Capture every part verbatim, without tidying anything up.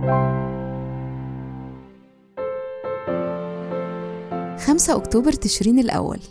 خمسة أكتوبر تشرين الأول.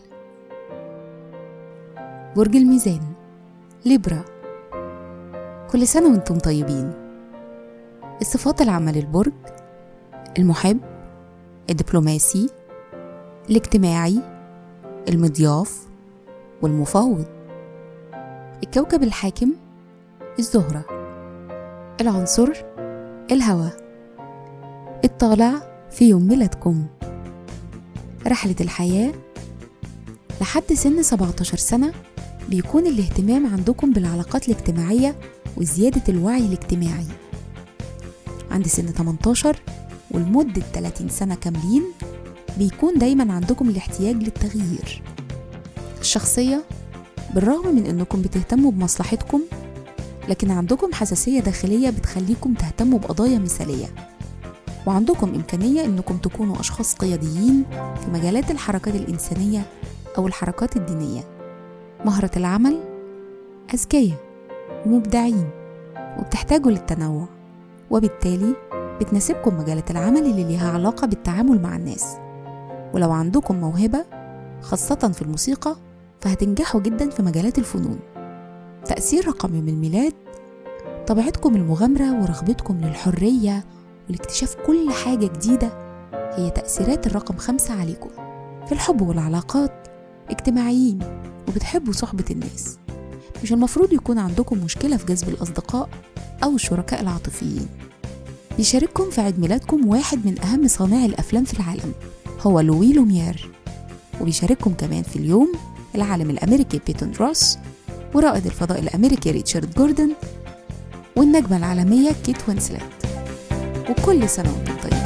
برج الميزان، ليبرا. كل سنة وانتم طيبين. الصفات العامة للبرج: المحب، الدبلوماسي، الاجتماعي، المضياف، والمفاوض. الكوكب الحاكم: الزهرة. العنصر: الهواء. الطالع في يوم ميلادكم. رحلة الحياة: لحد سن سبعة عشر سنة بيكون الاهتمام عندكم بالعلاقات الاجتماعية وزيادة الوعي الاجتماعي. عند سن ثمانية عشر ولمدة ثلاثين سنة كاملين بيكون دايما عندكم الاحتياج للتغيير. الشخصية: بالرغم من انكم بتهتموا بمصلحتكم، لكن عندكم حساسية داخلية بتخليكم تهتموا بقضايا مثالية، وعندكم إمكانية انكم تكونوا أشخاص قياديين في مجالات الحركات الإنسانية أو الحركات الدينية. مهرة العمل: أذكياء ومبدعين وبتحتاجوا للتنوع، وبالتالي بتناسبكم مجالات العمل اللي ليها علاقة بالتعامل مع الناس. ولو عندكم موهبة خاصة في الموسيقى فهتنجحوا جدا في مجالات الفنون. تأثير رقم يوم الميلاد: طبيعتكم المغامرة ورغبتكم للحرية والاكتشاف كل حاجة جديدة هي تأثيرات الرقم خمسة عليكم. في الحب والعلاقات اجتماعيين وبتحبوا صحبة الناس. مش المفروض يكون عندكم مشكلة في جذب الأصدقاء أو الشركاء العاطفيين. بيشارككم في عيد ميلادكم واحد من أهم صانعي الأفلام في العالم، هو لوي لوميير. وبيشارككم كمان في اليوم العالم الأمريكي بيتون روس، ورائد الفضاء الأمريكي ريتشارد جوردن، والنجمة العالمية كيت وينسلت. وكل سنة وانتم طيبين.